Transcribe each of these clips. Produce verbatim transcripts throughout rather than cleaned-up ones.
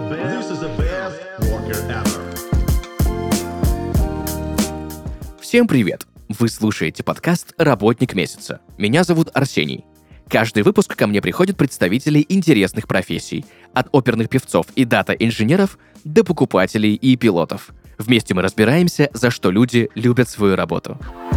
This is the best worker ever. Всем привет! Вы слушаете подкаст «Работник месяца». Меня зовут Арсений. Каждый выпуск ко мне приходят представители интересных профессий, от оперных певцов и дата-инженеров до покупателей и пилотов. Вместе мы разбираемся, за что люди любят свою работу.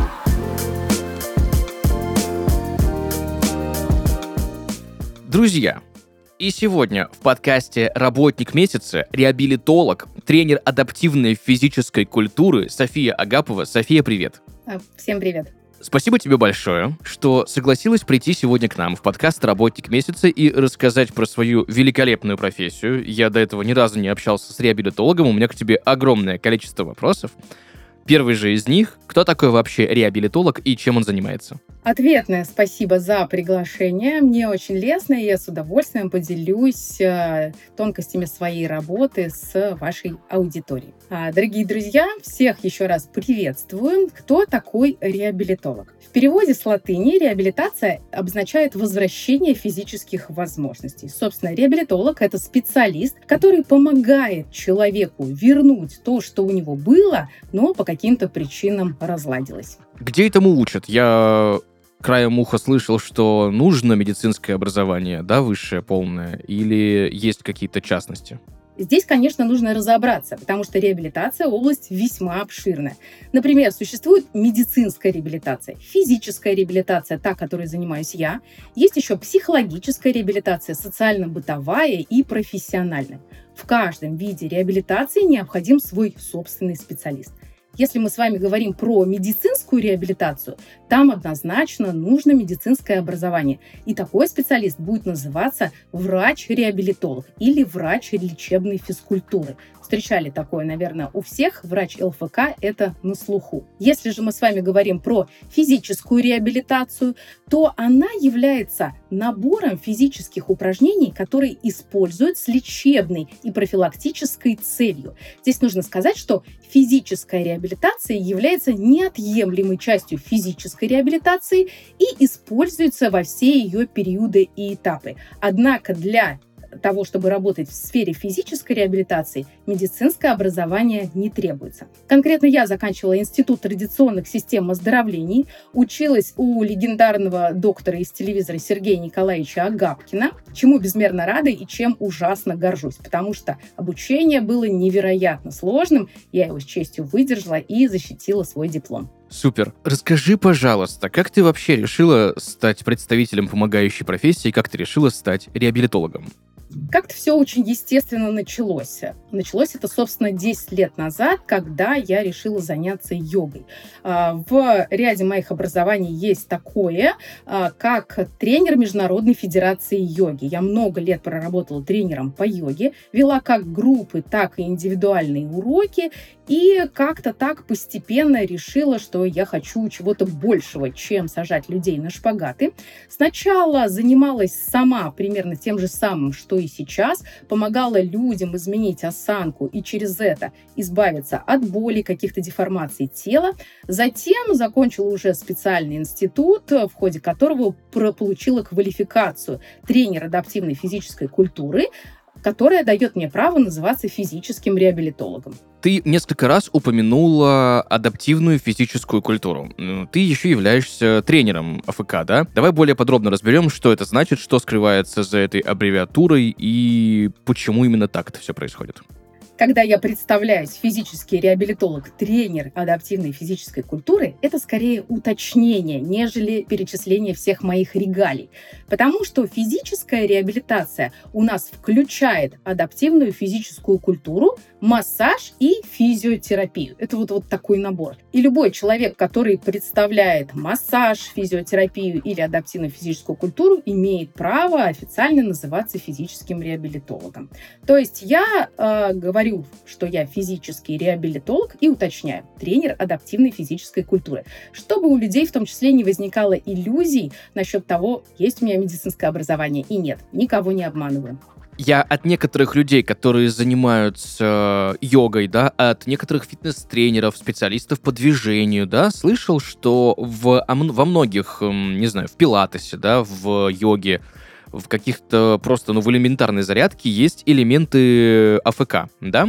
Друзья, и сегодня в подкасте «Работник месяца» реабилитолог, тренер адаптивной физической культуры София Агапова. София, привет! Всем привет! Спасибо тебе большое, что согласилась прийти сегодня к нам в подкаст «Работник месяца» и рассказать про свою великолепную профессию. Я до этого ни разу не общался с реабилитологом, у меня к тебе огромное количество вопросов. Первый же из них — кто такой вообще реабилитолог и чем он занимается? Ответное спасибо за приглашение. Мне очень лестно, и я с удовольствием поделюсь э, тонкостями своей работы с вашей аудиторией. А, дорогие друзья, всех еще раз приветствую. Кто такой реабилитолог? В переводе с латыни реабилитация обозначает возвращение физических возможностей. Собственно, реабилитолог — это специалист, который помогает человеку вернуть то, что у него было, но по каким-то причинам разладилось. Где этому учат? Я краем уха слышал, что нужно медицинское образование, да, высшее, полное, или есть какие-то частности? Здесь, конечно, нужно разобраться, потому что реабилитация — область весьма обширная. Например, существует медицинская реабилитация, физическая реабилитация, та, которой занимаюсь я. Есть еще психологическая реабилитация, социально-бытовая и профессиональная. В каждом виде реабилитации необходим свой собственный специалист. Если мы с вами говорим про медицинскую реабилитацию, там однозначно нужно медицинское образование. И такой специалист будет называться врач-реабилитолог или врач лечебной физкультуры. Встречали такое, наверное, у всех. Врач эл эф ка – это на слуху. Если же мы с вами говорим про физическую реабилитацию, то она является набором физических упражнений, которые используют с лечебной и профилактической целью. Здесь нужно сказать, что физическая реабилитация является неотъемлемой частью физической реабилитации и используется во все ее периоды и этапы. Однако для того, чтобы работать в сфере физической реабилитации, медицинское образование не требуется. Конкретно я заканчивала Институт традиционных систем оздоровлений, училась у легендарного доктора из телевизора Сергея Николаевича Агапкина, чему безмерно рада и чем ужасно горжусь, потому что обучение было невероятно сложным, я его с честью выдержала и защитила свой диплом. Супер. Расскажи, пожалуйста, как ты вообще решила стать представителем помогающей профессии, как ты решила стать реабилитологом? Как-то все очень естественно началось. Началось это, собственно, десять лет назад, когда я решила заняться йогой. В ряде моих образований есть такое, как тренер Международной федерации йоги. Я много лет проработала тренером по йоге, вела как группы, так и индивидуальные уроки, и как-то так постепенно решила, что я хочу чего-то большего, чем сажать людей на шпагаты. Сначала занималась сама примерно тем же самым, что и сейчас, помогала людям изменить осанку и через это избавиться от боли, каких-то деформаций тела. Затем закончила уже специальный институт, в ходе которого получила квалификацию тренера адаптивной физической культуры, которая дает мне право называться физическим реабилитологом. Ты несколько раз упомянула адаптивную физическую культуру. Ты еще являешься тренером а эф ка, да? Давай более подробно разберем, что это значит, что скрывается за этой аббревиатурой и почему именно так это все происходит. Когда я представляюсь физический реабилитолог, тренер адаптивной физической культуры, это скорее уточнение, нежели перечисление всех моих регалий. Потому что физическая реабилитация у нас включает адаптивную физическую культуру, массаж и физиотерапию. Это вот, вот такой набор. И любой человек, который представляет массаж, физиотерапию или адаптивную физическую культуру, имеет право официально называться физическим реабилитологом. То есть я э, говорю, что я физический реабилитолог и уточняю, тренер адаптивной физической культуры, чтобы у людей в том числе не возникало иллюзий насчет того, есть у меня медицинское образование и нет. Никого не обманываю. Я от некоторых людей, которые занимаются йогой, да, от некоторых фитнес-тренеров, специалистов по движению, да, слышал, что в, во многих, не знаю, в пилатесе, да, в йоге, в каких-то просто, ну, в элементарной зарядке есть элементы АФК, да?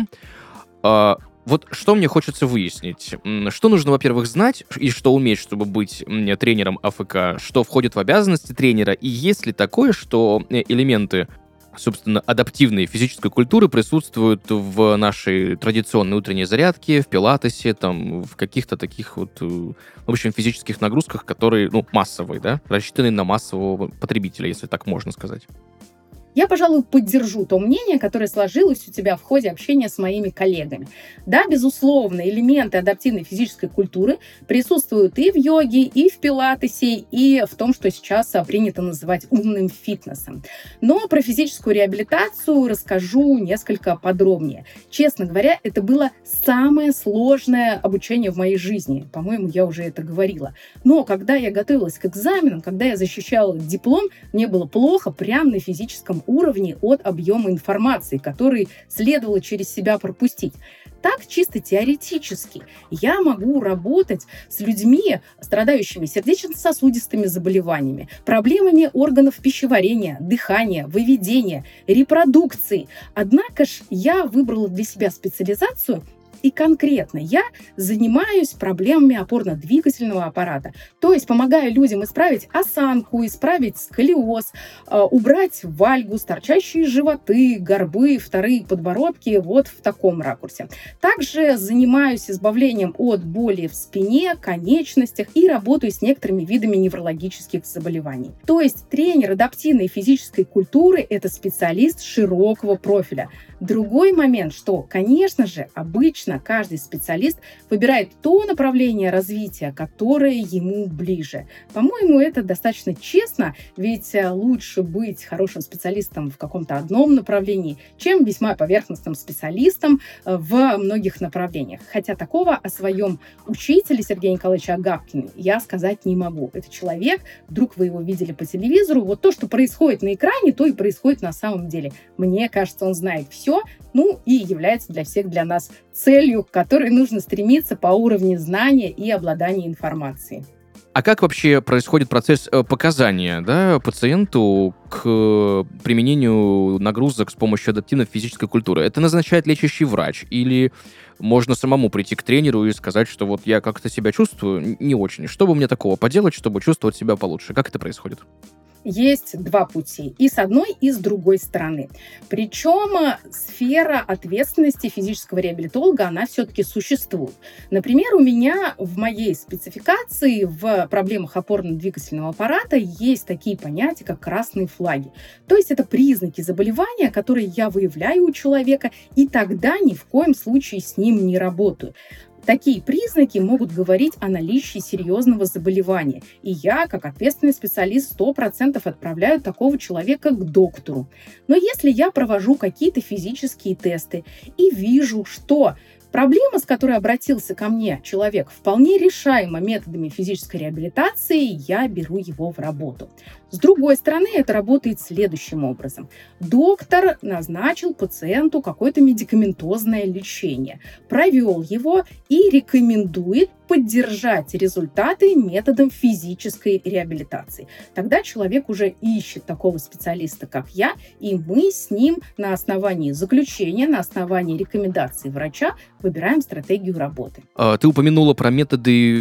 А, вот что мне хочется выяснить. М, Что нужно, во-первых, знать и что уметь, чтобы быть м, тренером АФК, что входит в обязанности тренера, и есть ли такое, что э, элементы, собственно, адаптивной физической культуры присутствуют в нашей традиционной утренней зарядке, в пилатесе, там, в каких-то таких вот, э, в общем, физических нагрузках, которые, ну, массовые, да, рассчитаны на массового потребителя, если так можно сказать. Я, пожалуй, поддержу то мнение, которое сложилось у тебя в ходе общения с моими коллегами. Да, безусловно, элементы адаптивной физической культуры присутствуют и в йоге, и в пилатесе, и в том, что сейчас а, принято называть умным фитнесом. Но про физическую реабилитацию расскажу несколько подробнее. Честно говоря, это было самое сложное обучение в моей жизни. По-моему, я уже это говорила. Но когда я готовилась к экзаменам, когда я защищала диплом, мне было плохо прямо на физическом уровне от объема информации, который следовало через себя пропустить. Так, чисто теоретически, я могу работать с людьми, страдающими сердечно-сосудистыми заболеваниями, проблемами органов пищеварения, дыхания, выведения, репродукции. Однако ж я выбрала для себя специализацию. И конкретно я занимаюсь проблемами опорно-двигательного аппарата. То есть помогаю людям исправить осанку, исправить сколиоз, э, убрать вальгус, торчащие животы, горбы, вторые подбородки вот в таком ракурсе. Также занимаюсь избавлением от боли в спине, конечностях и работаю с некоторыми видами неврологических заболеваний. То есть тренер адаптивной физической культуры – это специалист широкого профиля. Другой момент, что, конечно же, обычно каждый специалист выбирает то направление развития, которое ему ближе. По-моему, это достаточно честно, ведь лучше быть хорошим специалистом в каком-то одном направлении, чем весьма поверхностным специалистом в многих направлениях. Хотя такого о своем учителе Сергея Николаевича Агапкине я сказать не могу. Это человек, вдруг вы его видели по телевизору, вот то, что происходит на экране, то и происходит на самом деле. Мне кажется, он знает все, ну и является для всех для нас целью, к которой нужно стремиться по уровню знания и обладания информацией. А как вообще происходит процесс э, показания, да, пациенту к э, применению нагрузок с помощью адаптивной физической культуры? Это назначает лечащий врач или можно самому прийти к тренеру и сказать, что вот я как-то себя чувствую не очень. Что бы мне такого поделать, чтобы чувствовать себя получше? Как это происходит? Есть два пути, и с одной, и с другой стороны. Причем сфера ответственности физического реабилитолога, она все-таки существует. Например, у меня в моей спецификации в проблемах опорно-двигательного аппарата есть такие понятия, как красные флаги. То есть это признаки заболевания, которые я выявляю у человека, и тогда ни в коем случае с ним не работаю. Такие признаки могут говорить о наличии серьезного заболевания. И я, как ответственный специалист, сто процентов отправляю такого человека к доктору. Но если я провожу какие-то физические тесты и вижу, что проблема, с которой обратился ко мне человек, вполне решаема методами физической реабилитации, я беру его в работу. С другой стороны, это работает следующим образом. Доктор назначил пациенту какое-то медикаментозное лечение, провел его и рекомендует поддержать результаты методом физической реабилитации. Тогда человек уже ищет такого специалиста, как я, и мы с ним на основании заключения, на основании рекомендаций врача выбираем стратегию работы. А, Ты упомянула про методы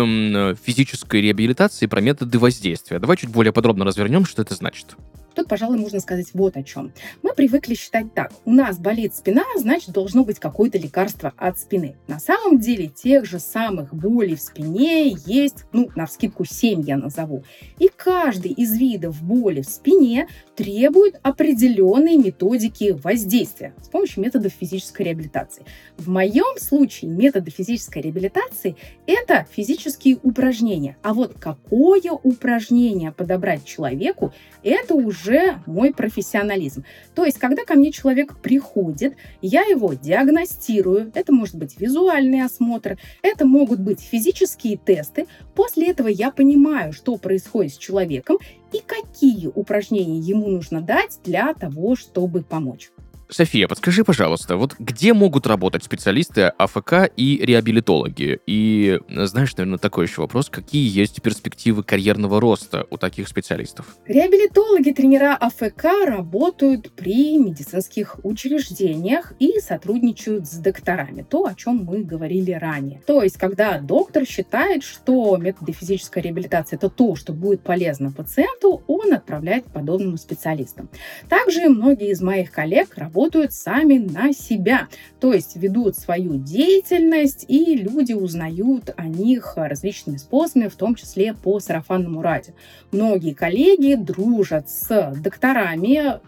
м, физической реабилитации, про методы воздействия. Давай чуть более подробно развернем, что это значит. Тут, пожалуй, можно сказать вот о чем. Мы привыкли считать так. У нас болит спина, значит, должно быть какое-то лекарство от спины. На самом деле, тех же самых болей в спине есть, ну, навскидку семь я назову. И каждый из видов боли в спине требует определенной методики воздействия с помощью методов физической реабилитации. В моем случае методы физической реабилитации – это физические упражнения. А вот какое упражнение подобрать человеку – это уже мой профессионализм. То есть, когда ко мне человек приходит, я его диагностирую. Это может быть визуальный осмотр, это могут быть физические тесты. После этого я понимаю, что происходит с человеком и какие упражнения ему нужно дать для того, чтобы помочь. София, подскажи, пожалуйста, вот где могут работать специалисты АФК и реабилитологи? И, знаешь, наверное, такой еще вопрос, какие есть перспективы карьерного роста у таких специалистов? Реабилитологи, тренера АФК работают при медицинских учреждениях и сотрудничают с докторами. То, о чем мы говорили ранее. То есть, когда доктор считает, что методы физической реабилитации – это то, что будет полезно пациенту, он отправляет к подобным специалистам. Также многие из моих коллег работают работают сами на себя, то есть ведут свою деятельность, и люди узнают о них различными способами, в том числе по сарафанному радио. Многие коллеги дружат с докторами,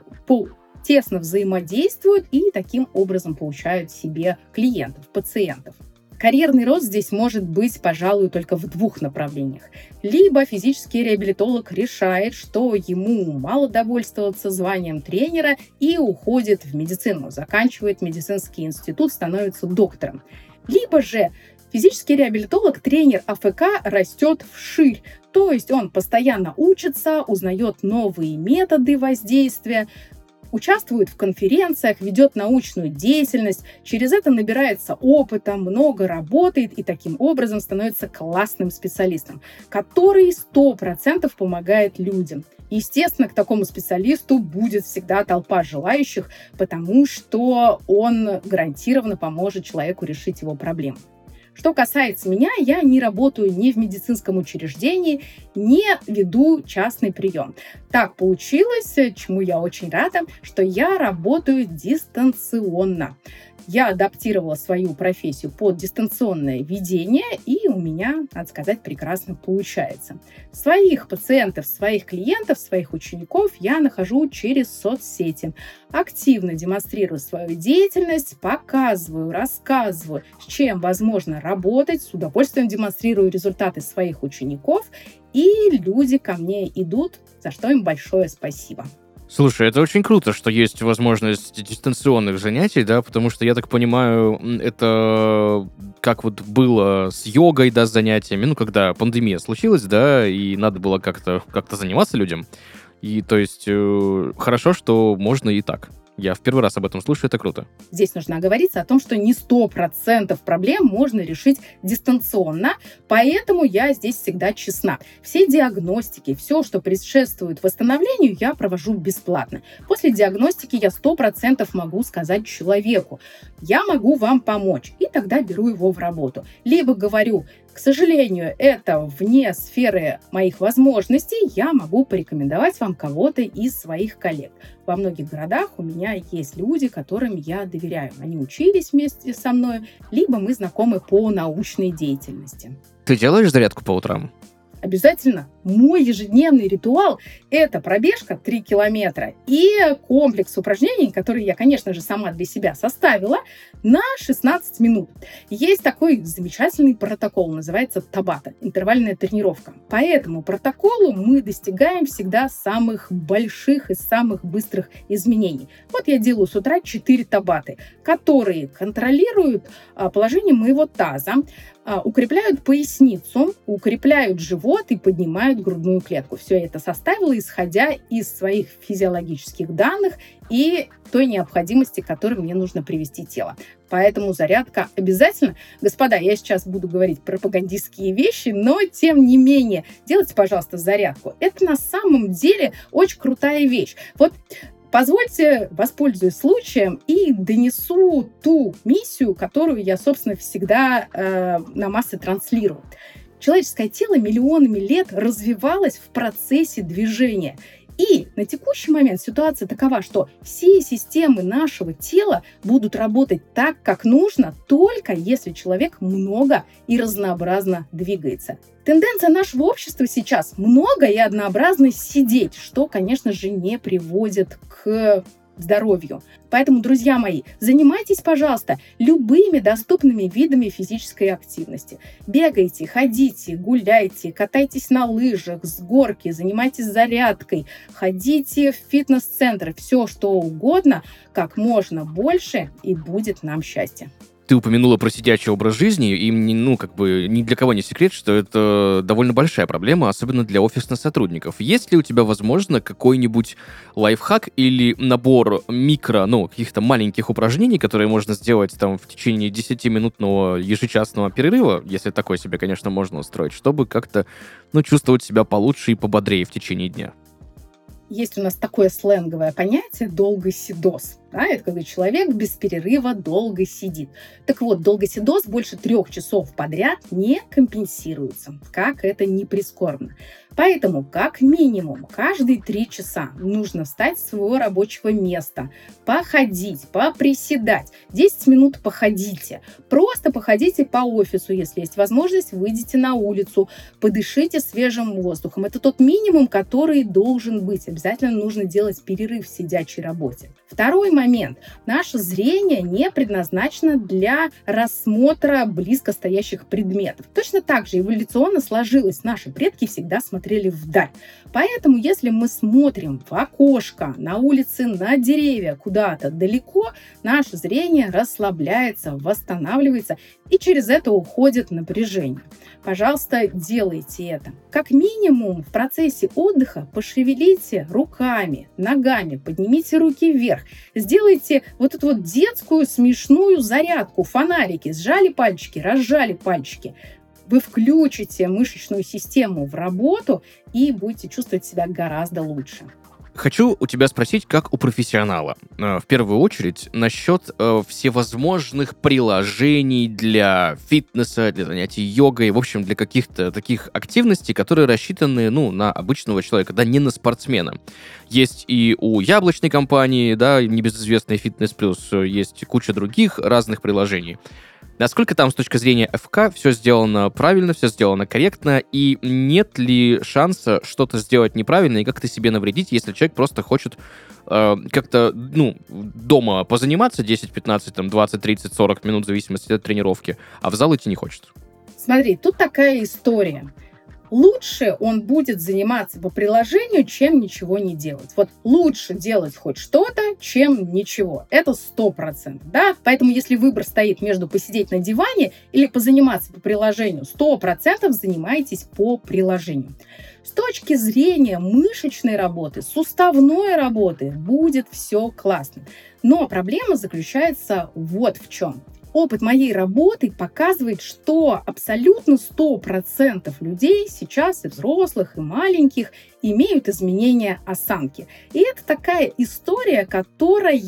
тесно взаимодействуют и таким образом получают себе клиентов, пациентов. Карьерный рост здесь может быть, пожалуй, только в двух направлениях. Либо физический реабилитолог решает, что ему мало довольствоваться званием тренера и уходит в медицину, заканчивает медицинский институт, становится доктором. Либо же физический реабилитолог, тренер АФК растет вширь, то есть он постоянно учится, узнает новые методы воздействия, участвует в конференциях, ведет научную деятельность, через это набирается опыта, много работает и таким образом становится классным специалистом, который сто процентов помогает людям. Естественно, к такому специалисту будет всегда толпа желающих, потому что он гарантированно поможет человеку решить его проблему. Что касается меня, я не работаю ни в медицинском учреждении, не веду частный прием. Так получилось, чему я очень рада, что я работаю дистанционно. Я адаптировала свою профессию под дистанционное ведение, и у меня, надо сказать, прекрасно получается. Своих пациентов, своих клиентов, своих учеников я нахожу через соцсети. Активно демонстрирую свою деятельность, показываю, рассказываю, с чем возможно работать, с удовольствием демонстрирую результаты своих учеников, и люди ко мне идут, за что им большое спасибо. Слушай, это очень круто, что есть возможность дистанционных занятий, да, потому что, я так понимаю, это как вот было с йогой, да, с занятиями, ну, когда пандемия случилась, да, и надо было как-то, как-то заниматься людям. И, то есть, э, хорошо, что можно и так. Я в первый раз об этом слышу, это круто. Здесь нужно оговориться о том, что не сто процентов проблем можно решить дистанционно, поэтому я здесь всегда честна. Все диагностики, все, что предшествует восстановлению, я провожу бесплатно. После диагностики я сто процентов могу сказать человеку: я могу вам помочь, и тогда беру его в работу. Либо говорю: к сожалению, это вне сферы моих возможностей, я могу порекомендовать вам кого-то из своих коллег. Во многих городах у меня есть люди, которым я доверяю. Они учились вместе со мной, либо мы знакомы по научной деятельности. Ты делаешь зарядку по утрам? Обязательно. Мой ежедневный ритуал – это пробежка три километра и комплекс упражнений, которые я, конечно же, сама для себя составила, на шестнадцать минут. Есть такой замечательный протокол, называется Табата, интервальная тренировка. По этому протоколу мы достигаем всегда самых больших и самых быстрых изменений. Вот я делаю с утра четыре табаты, которые контролируют положение моего таза, укрепляют поясницу, укрепляют живот и поднимают грудную клетку. Все это составила, исходя из своих физиологических данных и той необходимости, которой мне нужно привести тело. Поэтому зарядка обязательно. Господа, я сейчас буду говорить пропагандистские вещи, но тем не менее, делайте, пожалуйста, зарядку. Это на самом деле очень крутая вещь. Вот позвольте, воспользуюсь случаем и донесу ту миссию, которую я, собственно, всегда э, на массы транслирую. Человеческое тело миллионами лет развивалось в процессе движения. И на текущий момент ситуация такова, что все системы нашего тела будут работать так, как нужно, только если человек много и разнообразно двигается. Тенденция нашего общества сейчас много и однообразно сидеть, что, конечно же, не приводит к здоровью. Поэтому, друзья мои, занимайтесь, пожалуйста, любыми доступными видами физической активности. Бегайте, ходите, гуляйте, катайтесь на лыжах, с горки, занимайтесь зарядкой, ходите в фитнес-центры, все что угодно, как можно больше, и будет нам счастье. Ты упомянула про сидячий образ жизни, и, ну, как бы ни для кого не секрет, что это довольно большая проблема, особенно для офисных сотрудников. Есть ли у тебя, возможно, какой-нибудь лайфхак или набор микро, ну, каких-то маленьких упражнений, которые можно сделать там в течение десятиминутного ежечасного перерыва, если такой себе, конечно, можно устроить, чтобы как-то, ну, чувствовать себя получше и пободрее в течение дня? Есть у нас такое сленговое понятие «долгосидоз». Да, это когда человек без перерыва долго сидит. Так вот, долгосидоз больше трех часов подряд не компенсируется, как это ни прискорбно. Поэтому, как минимум, каждые три часа нужно встать с своего рабочего места, походить, поприседать. десять минут походите. Просто походите по офису, если есть возможность, выйдите на улицу, подышите свежим воздухом. Это тот минимум, который должен быть. Обязательно нужно делать перерыв в сидячей работе. Второй момент. Наше зрение не предназначено для рассмотра близко стоящих предметов. Точно так же эволюционно сложилось. Наши предки всегда смотрели вдаль. Поэтому, если мы смотрим в окошко, на улице, на деревья, куда-то далеко, наше зрение расслабляется, восстанавливается, и через это уходит напряжение. Пожалуйста, делайте это. Как минимум, в процессе отдыха пошевелите руками, ногами, поднимите руки вверх. Сделайте вот эту вот детскую смешную зарядку. Фонарики. Сжали пальчики, разжали пальчики. Вы включите мышечную систему в работу и будете чувствовать себя гораздо лучше. Хочу у тебя спросить, как у профессионала. В первую очередь, насчет э, всевозможных приложений для фитнеса, для занятий йогой, в общем, для каких-то таких активностей, которые рассчитаны, ну, на обычного человека, да, не на спортсмена. Есть и у яблочной компании, да, небезызвестный Fitness Plus, есть куча других разных приложений. Насколько там с точки зрения эф ка все сделано правильно, все сделано корректно, и нет ли шанса что-то сделать неправильно и как-то себе навредить, если человек просто хочет э, как-то, ну, дома позаниматься десять, пятнадцать, там, двадцать, тридцать, сорок минут в зависимости от тренировки, а в зал идти не хочет? Смотри, тут такая история. Лучше он будет заниматься по приложению, чем ничего не делать. Вот лучше делать хоть что-то, чем ничего. Это сто процентов. Да? Поэтому если выбор стоит между посидеть на диване или позаниматься по приложению, сто процентов занимайтесь по приложению. С точки зрения мышечной работы, суставной работы будет все классно. Но проблема заключается вот в чем. Опыт моей работы показывает, что абсолютно сто процентов людей сейчас, и взрослых, и маленьких, имеют изменения осанки. И это такая история, которая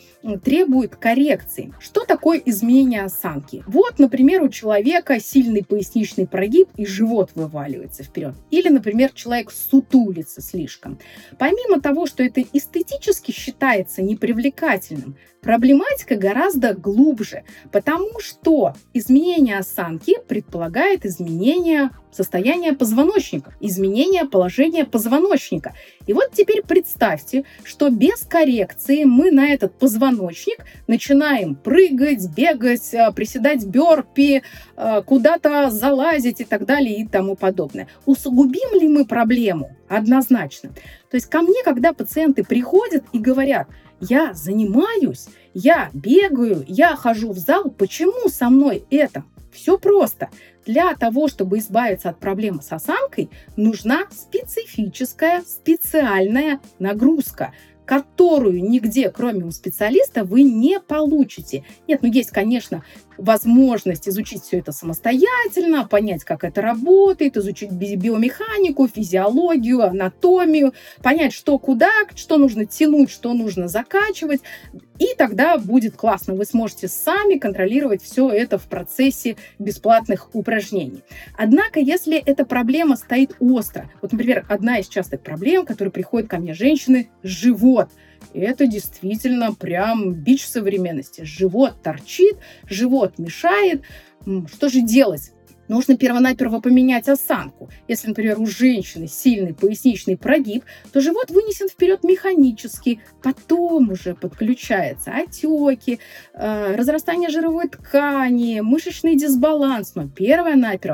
требует коррекции. Что такое изменение осанки? Вот, например, у человека сильный поясничный прогиб и живот вываливается вперед. Или, например, человек сутулится слишком. Помимо того, что это эстетически считается непривлекательным, проблематика гораздо глубже, потому что изменение осанки предполагает изменение состояния позвоночника, изменение положения позвоночника. И вот теперь представьте, что без коррекции мы на этот позвоночник начинаем прыгать, бегать, приседать бёрпи, куда-то залазить и так далее и тому подобное. Усугубим ли мы проблему? Однозначно. То есть ко мне, когда пациенты приходят и говорят: я занимаюсь, я бегаю, я хожу в зал, почему со мной это? Все просто. Для того, чтобы избавиться от проблемы с осанкой, нужна специфическая, специальная нагрузка, которую нигде, кроме у специалиста, вы не получите. Нет, ну есть, конечно, возможность изучить все это самостоятельно, понять, как это работает, изучить биомеханику, физиологию, анатомию, понять, что куда, что нужно тянуть, что нужно закачивать, и тогда будет классно. Вы сможете сами контролировать все это в процессе бесплатных упражнений. Однако, если эта проблема стоит остро, вот, например, одна из частых проблем, которые приходят ко мне женщины, живот. Это действительно прям бич современности. Живот торчит, живот мешает. Что же делать? Нужно перво-наперво поменять осанку. Если, например, у женщины сильный поясничный прогиб, то живот вынесен вперед механически, потом уже подключаются отеки, э, разрастание жировой ткани, мышечный дисбаланс. Но перво-наперво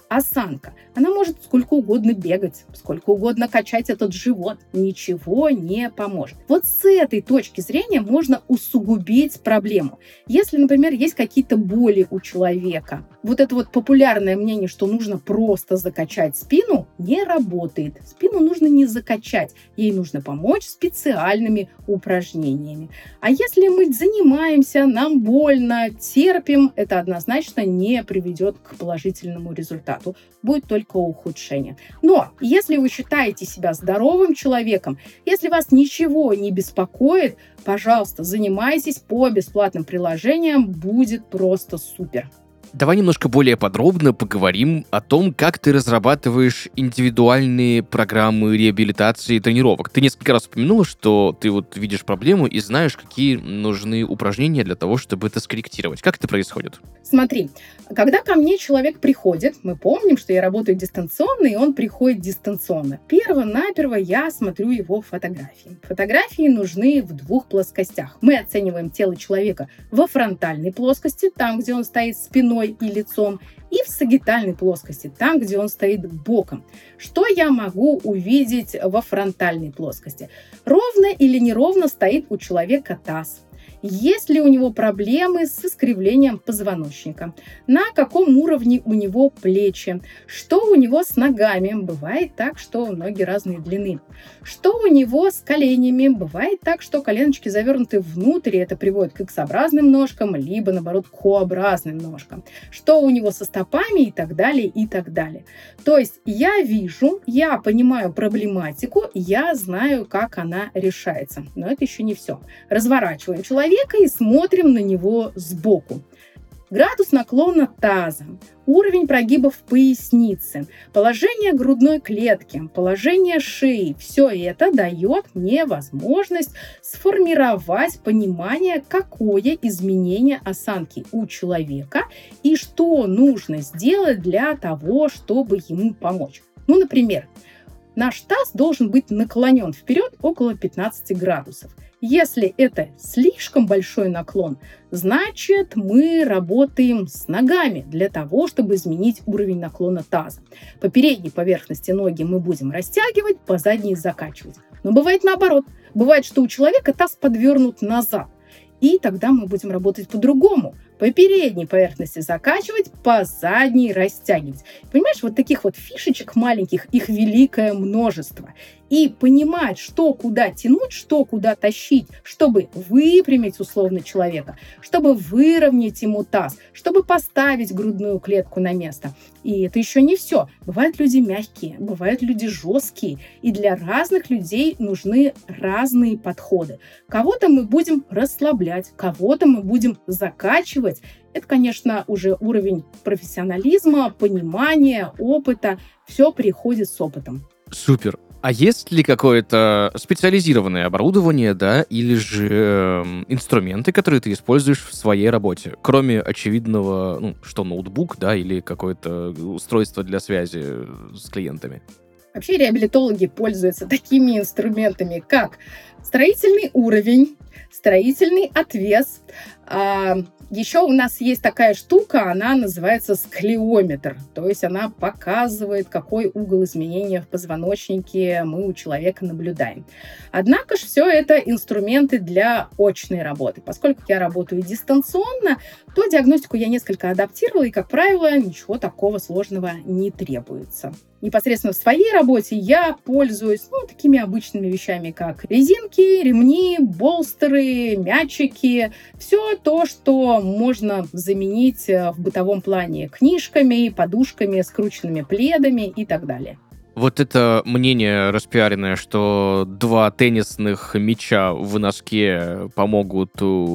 осанка. Она может сколько угодно бегать, сколько угодно качать этот живот. Ничего не поможет. Вот с этой точки зрения можно усугубить проблему. Если, например, есть какие-то боли у человека, вот это вот популярное мнение, что нужно просто закачать спину, не работает. Спину нужно не закачать, ей нужно помочь специальными упражнениями. А если мы занимаемся, нам больно, терпим, это однозначно не приведет к положительному результату. Будет только ухудшение. Но если вы считаете себя здоровым человеком, если вас ничего не беспокоит, пожалуйста, занимайтесь по бесплатным приложениям, будет просто супер. Давай немножко более подробно поговорим о том, как ты разрабатываешь индивидуальные программы реабилитации и тренировок. Ты несколько раз упомянула, что ты вот видишь проблему и знаешь, какие нужны упражнения для того, чтобы это скорректировать. Как это происходит? Смотри, когда ко мне человек приходит, мы помним, что я работаю дистанционно, и он приходит дистанционно. Перво-наперво я смотрю его фотографии. Фотографии нужны в двух плоскостях. Мы оцениваем тело человека во фронтальной плоскости, там, где он стоит спиной и лицом, и в сагитальной плоскости, там, где он стоит боком. Что я могу увидеть во фронтальной плоскости? Ровно или неровно стоит у человека таз? Есть ли у него проблемы с искривлением позвоночника? На каком уровне у него плечи? Что у него с ногами? Бывает так, что ноги разной длины. Что у него с коленями? Бывает так, что коленочки завернуты внутрь, и это приводит к икс-образным ножкам, либо, наоборот, к О-образным ножкам. Что у него со стопами и так далее, и так далее. То есть я вижу, я понимаю проблематику, я знаю, как она решается. Но это еще не все. Разворачиваем человека и смотрим на него сбоку. Градус наклона таза, уровень прогибов поясницы, положение грудной клетки, положение шеи. Все это дает мне возможность сформировать понимание, какое изменение осанки у человека и что нужно сделать для того, чтобы ему помочь. Ну, например, наш таз должен быть наклонен вперед около пятнадцати градусов. Если это слишком большой наклон, значит, мы работаем с ногами для того, чтобы изменить уровень наклона таза. По передней поверхности ноги мы будем растягивать, по задней закачивать. Но бывает наоборот. Бывает, что у человека таз подвернут назад. И тогда мы будем работать по-другому. По передней поверхности закачивать, по задней растягивать. Понимаешь, вот таких вот фишечек маленьких, их великое множество. И понимать, что куда тянуть, что куда тащить, чтобы выпрямить условно человека, чтобы выровнять ему таз, чтобы поставить грудную клетку на место. И это еще не все. Бывают люди мягкие, бывают люди жесткие. И для разных людей нужны разные подходы. Кого-то мы будем расслаблять, кого-то мы будем закачивать. Это, конечно, уже уровень профессионализма, понимания, опыта. Все приходит с опытом. Супер. А есть ли какое-то специализированное оборудование, да, или же э, инструменты, которые ты используешь в своей работе, кроме очевидного, ну, что ноутбук, да, или какое-то устройство для связи с клиентами? Вообще реабилитологи пользуются такими инструментами, как строительный уровень, строительный отвес. А, еще у нас есть такая штука, она называется склеометр. То есть она показывает, какой угол изменения в позвоночнике мы у человека наблюдаем. Однако же все это инструменты для очной работы. Поскольку я работаю дистанционно, то диагностику я несколько адаптировала, и, как правило, ничего такого сложного не требуется. Непосредственно в своей работе я пользуюсь ну, такими обычными вещами, как резинки, ремни, болстеры, мячики. Все то, что можно заменить в бытовом плане книжками, подушками, скрученными пледами и так далее. Вот это мнение распиаренное, что два теннисных мяча в носке помогут,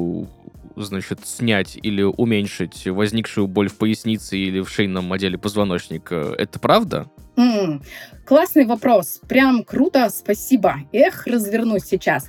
значит, снять или уменьшить возникшую боль в пояснице или в шейном отделе позвоночника, это правда? М-м, классный вопрос. Прям круто, спасибо. Эх, развернусь сейчас.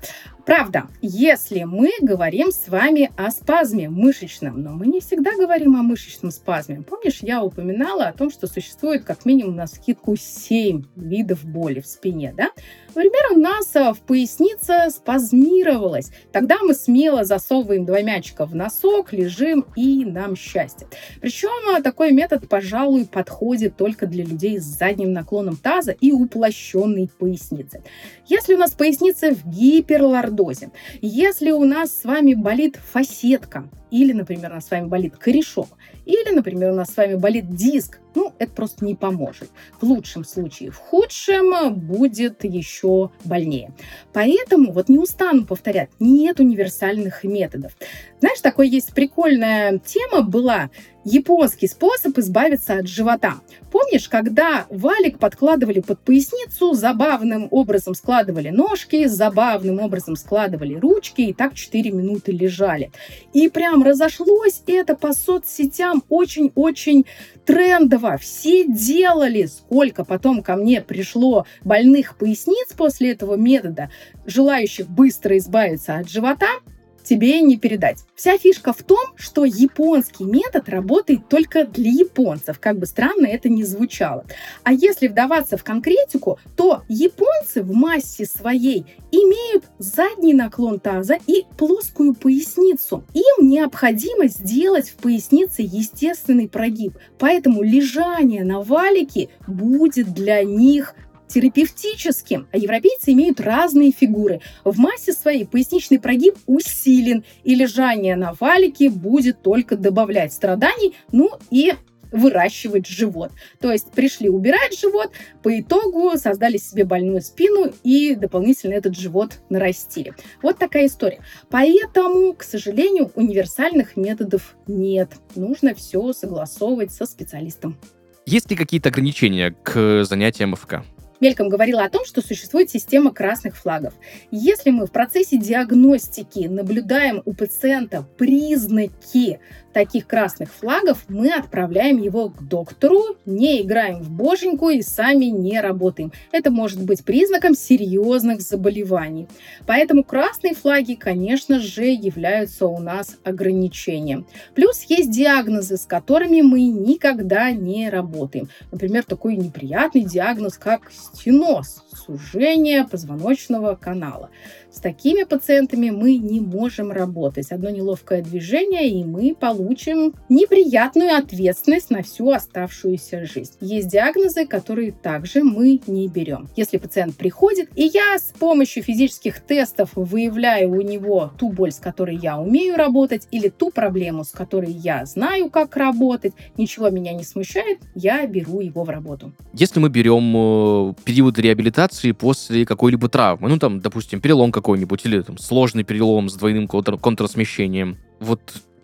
Правда, если мы говорим с вами о спазме мышечном, но мы не всегда говорим о мышечном спазме. Помнишь, я упоминала о том, что существует как минимум навскидку семь видов боли в спине, да? Например, у нас в пояснице спазмировалась. Тогда мы смело засовываем два мячика в носок, лежим, и нам счастье. Причем такой метод, пожалуй, подходит только для людей с задним наклоном таза и уплощенной поясницы. Если у нас поясница в гиперлордозе, если у нас с вами болит фасетка, или, например, у нас с вами болит корешок, или, например, у нас с вами болит диск, ну, это просто не поможет. В лучшем случае, в худшем будет еще больнее. Поэтому, вот не устану повторять, нет универсальных методов. Знаешь, такой есть прикольная тема была, японский способ избавиться от живота. Помнишь, когда валик подкладывали под поясницу, забавным образом складывали ножки, забавным образом складывали ручки, и так четыре минуты лежали. И прям разошлось это по соцсетям очень-очень трендово. Все делали. Сколько потом ко мне пришло больных поясниц после этого метода, желающих быстро избавиться от живота, тебе не передать. Вся фишка в том, что японский метод работает только для японцев, как бы странно это ни звучало. А если вдаваться в конкретику, то японцы в массе своей имеют задний наклон таза и плоскую поясницу. Им необходимо сделать в пояснице естественный прогиб, поэтому лежание на валике будет для них терапевтическим, а европейцы имеют разные фигуры. В массе своей поясничный прогиб усилен, и лежание на валике будет только добавлять страданий, ну и выращивать живот. То есть пришли убирать живот, по итогу создали себе больную спину и дополнительно этот живот нарастили. Вот такая история. Поэтому, к сожалению, универсальных методов нет. Нужно все согласовывать со специалистом. Есть ли какие-то ограничения к занятиям ФК? Мельком говорила о том, что существует система красных флагов. Если мы в процессе диагностики наблюдаем у пациента признаки таких красных флагов, мы отправляем его к доктору, не играем в боженьку и сами не работаем. Это может быть признаком серьезных заболеваний. Поэтому красные флаги, конечно же, являются у нас ограничением. Плюс есть диагнозы, с которыми мы никогда не работаем. Например, такой неприятный диагноз, как стеноз, сужение позвоночного канала. С такими пациентами мы не можем работать. Одно неловкое движение, и мы получим неприятную ответственность на всю оставшуюся жизнь. Есть диагнозы, которые также мы не берем. Если пациент приходит, и я с помощью физических тестов выявляю у него ту боль, с которой я умею работать, или ту проблему, с которой я знаю, как работать, ничего меня не смущает, я беру его в работу. Если мы берем э, период реабилитации после какой-либо травмы, ну там, допустим, перелом какой-нибудь, или там сложный перелом с двойным контр- контрсмещением, вот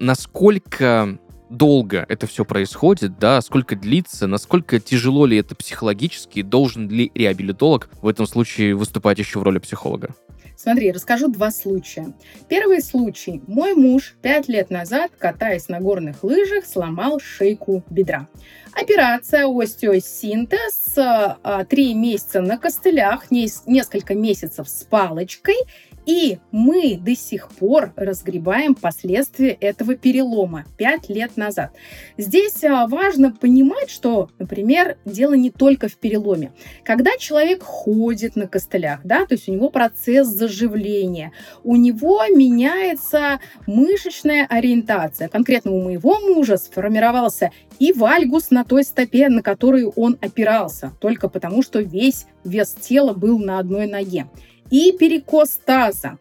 насколько долго это все происходит, да, сколько длится, насколько тяжело ли это психологически, должен ли реабилитолог в этом случае выступать еще в роли психолога? Смотри, расскажу два случая. Первый случай. Мой муж пять лет назад, катаясь на горных лыжах, сломал шейку бедра. Операция, остеосинтез, три месяца на костылях, несколько месяцев с палочкой, и мы до сих пор разгребаем последствия этого перелома пять лет назад. Здесь важно понимать, что, например, дело не только в переломе. Когда человек ходит на костылях, да, то есть у него процесс заживления, у него меняется мышечная ориентация. Конкретно у моего мужа сформировался и вальгус на той стопе, на которую он опирался, только потому что весь вес тела был на одной ноге. И перекос таза,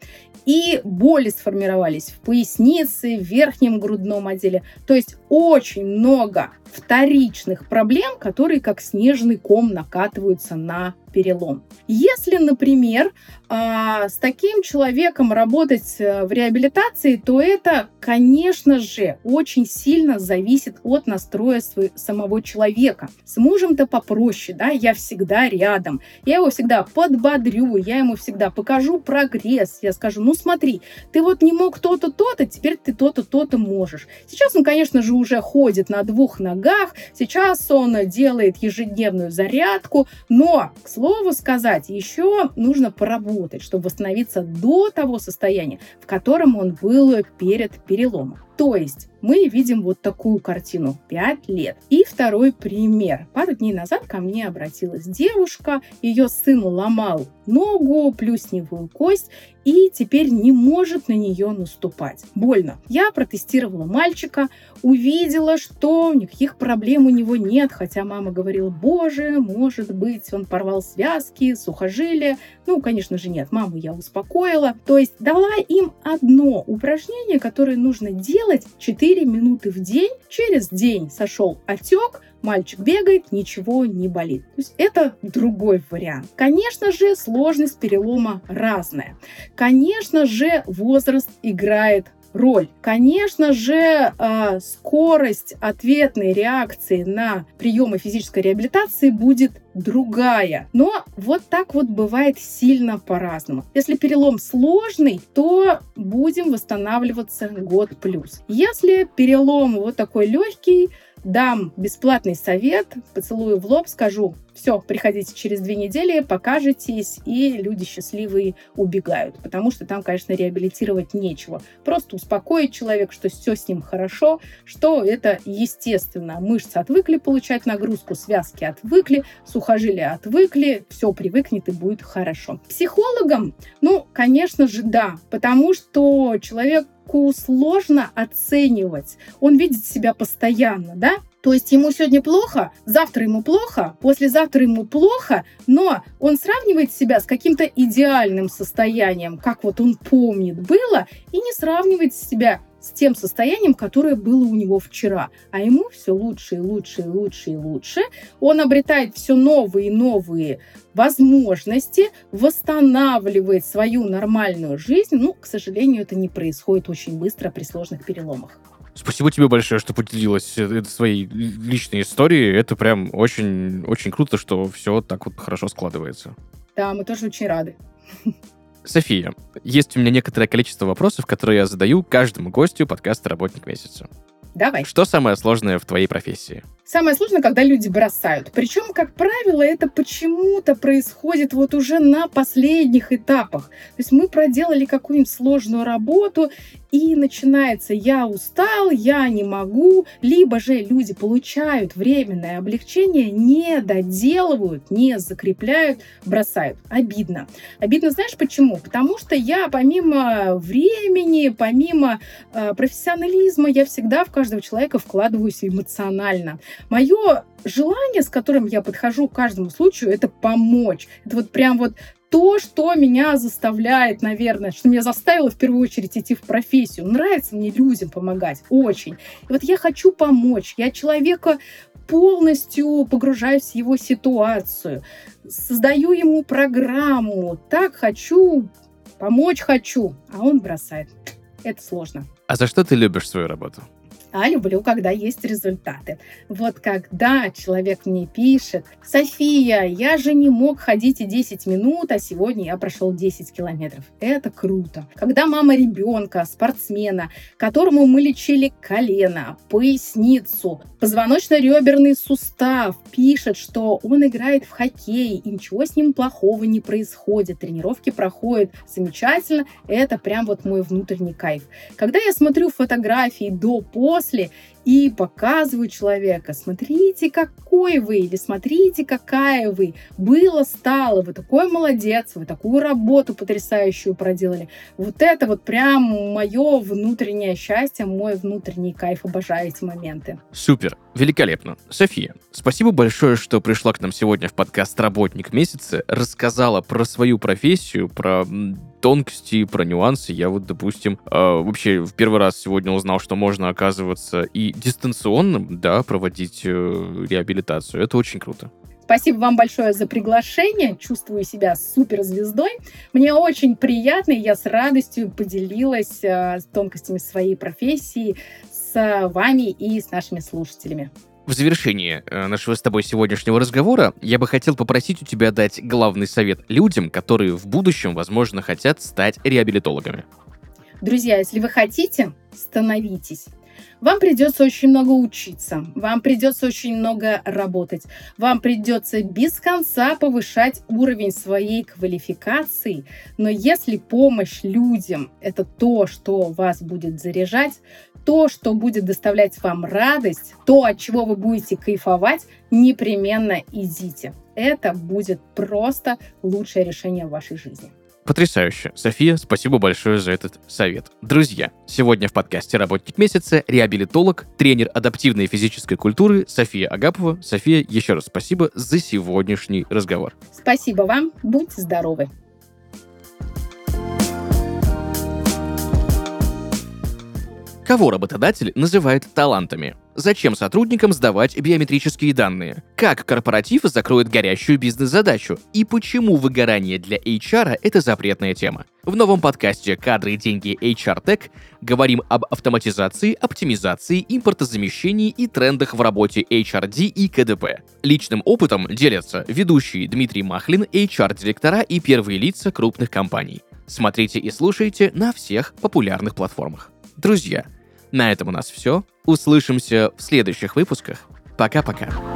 и боли сформировались в пояснице, в верхнем грудном отделе. То есть очень много вторичных проблем, которые как снежный ком накатываются на перелом. Если, например, с таким человеком работать в реабилитации, то это, конечно же, очень сильно зависит от настроя самого человека. С мужем-то попроще, да, я всегда рядом, я его всегда подбодрю, я ему всегда покажу прогресс, я скажу, ну смотри, ты вот не мог то-то, то-то, теперь ты то-то, то-то можешь. Сейчас он, конечно же, уже ходит на двух ногах, сейчас он делает ежедневную зарядку, но, к слову сказать, еще нужно поработать, чтобы восстановиться до того состояния, в котором он был перед переломом. То есть мы видим вот такую картину. пять лет. И второй пример. Пару дней назад ко мне обратилась девушка. Ее сын ломал ногу, плюсневую кость, и теперь не может на нее наступать. Больно. Я протестировала мальчика, увидела, что никаких проблем у него нет, хотя мама говорила: боже, может быть, он порвал связки, сухожилия. Ну, конечно же, нет. Маму я успокоила. То есть дала им одно упражнение, которое нужно делать четыре минуты в день. Через день сошел отек, мальчик бегает, ничего не болит. То есть это другой вариант. Конечно же, сложность перелома разная. Конечно же, возраст играет роль. Конечно же, э, скорость ответной реакции на приемы физической реабилитации будет другая. Но вот так вот бывает сильно по-разному. Если перелом сложный, то будем восстанавливаться год плюс. Если перелом вот такой легкий, дам бесплатный совет, поцелую в лоб, скажу: все, приходите через две недели, покажетесь, и люди счастливые убегают. Потому что там, конечно, реабилитировать нечего. Просто успокоить человека, что все с ним хорошо, что это естественно. Мышцы отвыкли получать нагрузку, связки отвыкли, сухожилия отвыкли, все привыкнет и будет хорошо. Психологам, ну, конечно же, да, потому что человек сложно оценивать. Он видит себя постоянно, да? То есть ему сегодня плохо, завтра ему плохо, послезавтра ему плохо, но он сравнивает себя с каким-то идеальным состоянием, как вот он помнит было, и не сравнивает себя с тем состоянием, которое было у него вчера. А ему все лучше и лучше и лучше и лучше. Он обретает все новые и новые возможности, восстанавливает свою нормальную жизнь. Ну, к сожалению, это не происходит очень быстро при сложных переломах. Спасибо тебе большое, что поделилась своей личной историей. Это прям очень, очень круто, что все так вот хорошо складывается. Да, мы тоже очень рады. София, есть у меня некоторое количество вопросов, которые я задаю каждому гостю подкаста «Работник месяца». Давай. Что самое сложное в твоей профессии? Самое сложное, когда люди бросают. Причем, как правило, это почему-то происходит вот уже на последних этапах. То есть мы проделали какую-нибудь сложную работу, и начинается: я устал, я не могу. Либо же люди получают временное облегчение, не доделывают, не закрепляют, бросают. Обидно. Обидно, знаешь почему? Потому что я помимо времени, помимо э, профессионализма, я всегда в каждого человека вкладываюсь эмоционально. Мое желание, с которым я подхожу к каждому случаю, это помочь. Это вот прям вот то, что меня заставляет, наверное, что меня заставило в первую очередь идти в профессию. Нравится мне людям помогать, очень. И вот я хочу помочь. Я человека полностью погружаюсь в его ситуацию, создаю ему программу. Так хочу, помочь хочу, а он бросает. Это сложно. А за что ты любишь свою работу? А люблю, когда есть результаты. Вот когда человек мне пишет: София, я же не мог ходить и десять минут, а сегодня я прошел десять километров. Это круто. Когда мама ребенка, спортсмена, которому мы лечили колено, поясницу, позвоночно-реберный сустав, пишет, что он играет в хоккей, и ничего с ним плохого не происходит, тренировки проходят замечательно, это прям вот мой внутренний кайф. Когда я смотрю фотографии до-после, и показываю человека: смотрите, какой вы, или смотрите, какая вы, было, стало, вы такой молодец, вы такую работу потрясающую проделали. Вот это вот прям мое внутреннее счастье, мой внутренний кайф, обожаю эти моменты. Супер, великолепно. София, спасибо большое, что пришла к нам сегодня в подкаст «Работник месяца», рассказала про свою профессию, про тонкости, про нюансы. Я вот, допустим, э, вообще в первый раз сегодня узнал, что можно, оказываться, и дистанционно, да, проводить э, реабилитацию. Это очень круто. Спасибо вам большое за приглашение. Чувствую себя суперзвездой. Мне очень приятно, и я с радостью поделилась э, тонкостями своей профессии с вами и с нашими слушателями. В завершении нашего с тобой сегодняшнего разговора я бы хотел попросить у тебя дать главный совет людям, которые в будущем, возможно, хотят стать реабилитологами. Друзья, если вы хотите, становитесь. Вам придется очень много учиться, вам придется очень много работать, вам придется без конца повышать уровень своей квалификации, но если помощь людям – это то, что вас будет заряжать, то, что будет доставлять вам радость, то, от чего вы будете кайфовать, непременно идите. Это будет просто лучшее решение в вашей жизни. Потрясающе. София, спасибо большое за этот совет. Друзья, сегодня в подкасте «Работник месяца» реабилитолог, тренер адаптивной физической культуры София Агапова. София, еще раз спасибо за сегодняшний разговор. Спасибо вам. Будьте здоровы. Кого работодатель называет талантами? Зачем сотрудникам сдавать биометрические данные? Как корпоратив закроет горящую бизнес-задачу? И почему выгорание для эйч ар – это запретная тема? В новом подкасте «Кадры, деньги, эйч ар Tech» говорим об автоматизации, оптимизации, импортозамещении и трендах в работе эйч ар ди и ка дэ пэ. Личным опытом делятся ведущие Дмитрий Махлин, эйч ар-директора и первые лица крупных компаний. Смотрите и слушайте на всех популярных платформах. Друзья, на этом у нас все. Услышимся в следующих выпусках. Пока-пока.